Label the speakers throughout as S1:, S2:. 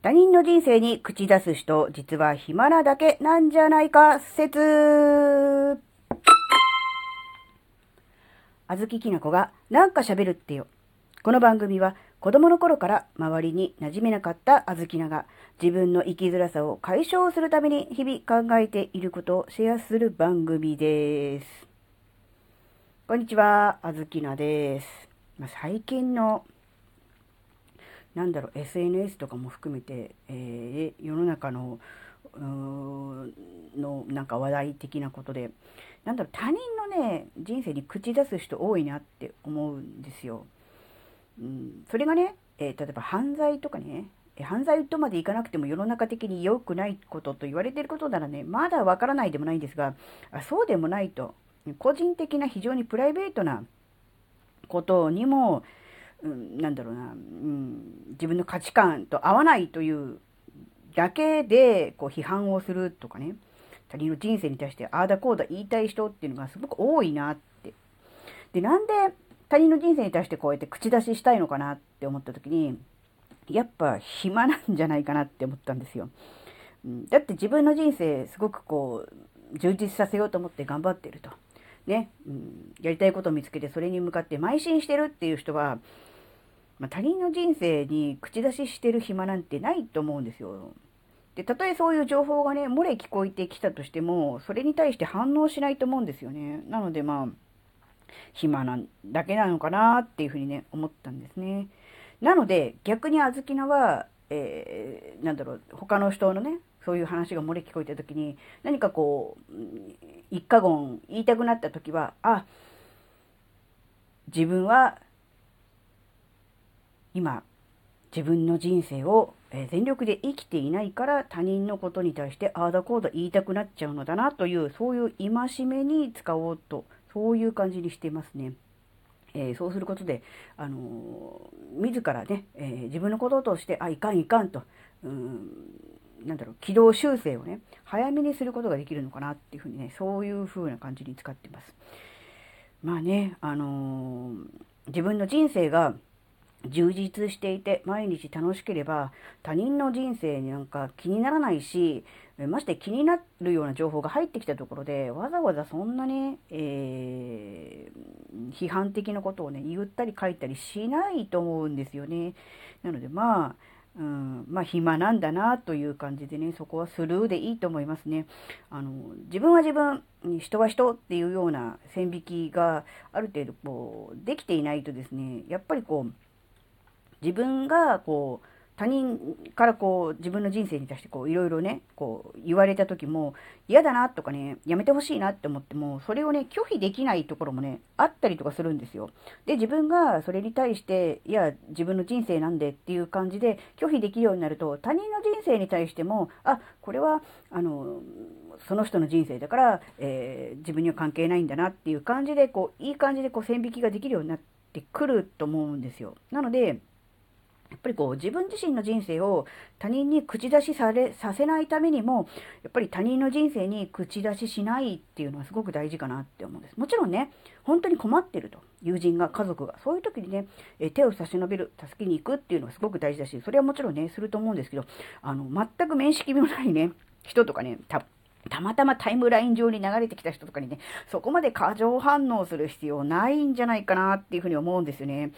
S1: 他人の人生に口出す人、実は暇なだけなんじゃないか説。あずききなこがなんか喋るってよ。この番組は子供の頃から周りに馴染めなかったあずきなが自分の生きづらさを解消するために日々考えていることをシェアする番組です。こんにちは、あずきなです。最近のSNS とかも含めて、世の中の話題的なことで、他人のね、人生に口出す人多いなって思うんですよ。それがね、例えば犯罪とかね、犯罪とまでいかなくても世の中的に良くないことと言われていることならね、まだわからないでもないんですが、そうでもないと、個人的な非常にプライベートなことにも、自分の価値観と合わないというだけでこう批判をするとかね、他人の人生に対してああだこうだ言いたい人っていうのがすごく多いなって。で、なんで他人の人生に対してこうやって口出ししたいのかなって思った時に、やっぱ暇なんじゃないかなって思ったんですよ。だって自分の人生すごくこう充実させようと思って頑張ってると。ね、やりたいことを見つけてそれに向かって邁進してるっていう人は、他人の人生に口出ししてる暇なんてないと思うんですよ。で、たとえそういう情報がね、漏れ聞こえてきたとしても、それに対して反応しないと思うんですよね。なので暇なんだけなのかなっていうふうにね、思ったんですね。なので、逆にあずきなは、他の人のね、そういう話が漏れ聞こえたときに、何かこう、一過言言いたくなったときは、自分は今、自分の人生を全力で生きていないから他人のことに対してああだこうだ言いたくなっちゃうのだなという、そういう戒めに使おうと、そういう感じにしていますね。そうすることで、自らね、自分のこととして、いかんいかんと、軌道修正をね、早めにすることができるのかなっていうふうにね、そういうふうな感じに使ってます。自分の人生が充実していて毎日楽しければ他人の人生になんか気にならないし、まして気になるような情報が入ってきたところでわざわざそんなね、批判的なことをね言ったり書いたりしないと思うんですよね。なので暇なんだなという感じでね、そこはスルーでいいと思いますね。自分は自分、人は人っていうような線引きがある程度こうできていないとですね、やっぱりこう自分がこう他人からこう自分の人生に対してこういろいろねこう言われた時も嫌だなとかね、やめてほしいなって思ってもそれをね拒否できないところもねあったりとかするんですよ。で、自分がそれに対していや自分の人生なんでっていう感じで拒否できるようになると、他人の人生に対してもこれはその人の人生だから、自分には関係ないんだなっていう感じでこういい感じでこう線引きができるようになってくると思うんですよ。なのでやっぱりこう自分自身の人生を他人に口出しさせないためにも、やっぱり他人の人生に口出ししないっていうのはすごく大事かなって思うんです。もちろんね、本当に困ってると。友人が、家族が。そういう時にね、手を差し伸べる、助けに行くっていうのはすごく大事だし、それはもちろんね、すると思うんですけど、全く面識もないね、人とかね、たまたまタイムライン上に流れてきた人とかにね、そこまで過剰反応する必要ないんじゃないかなっていうふうに思うんですよね。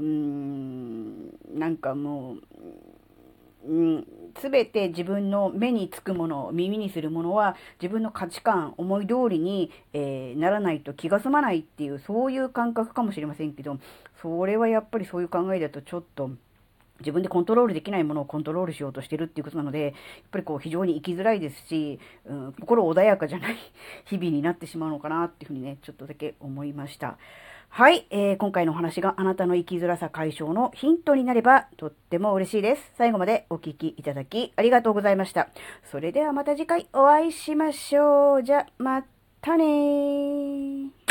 S1: すべて自分の目につくもの、耳にするものは自分の価値観、思い通りに、ならないと気が済まないっていう、そういう感覚かもしれませんけど、それはやっぱりそういう考えだとちょっと、自分でコントロールできないものをコントロールしようとしてるっていうことなので、やっぱりこう非常に生きづらいですし、心穏やかじゃない日々になってしまうのかなっていうふうにね、ちょっとだけ思いました。はい、今回のお話があなたの生きづらさ解消のヒントになればとっても嬉しいです。最後までお聞きいただきありがとうございました。それではまた次回お会いしましょう。じゃ、またねー。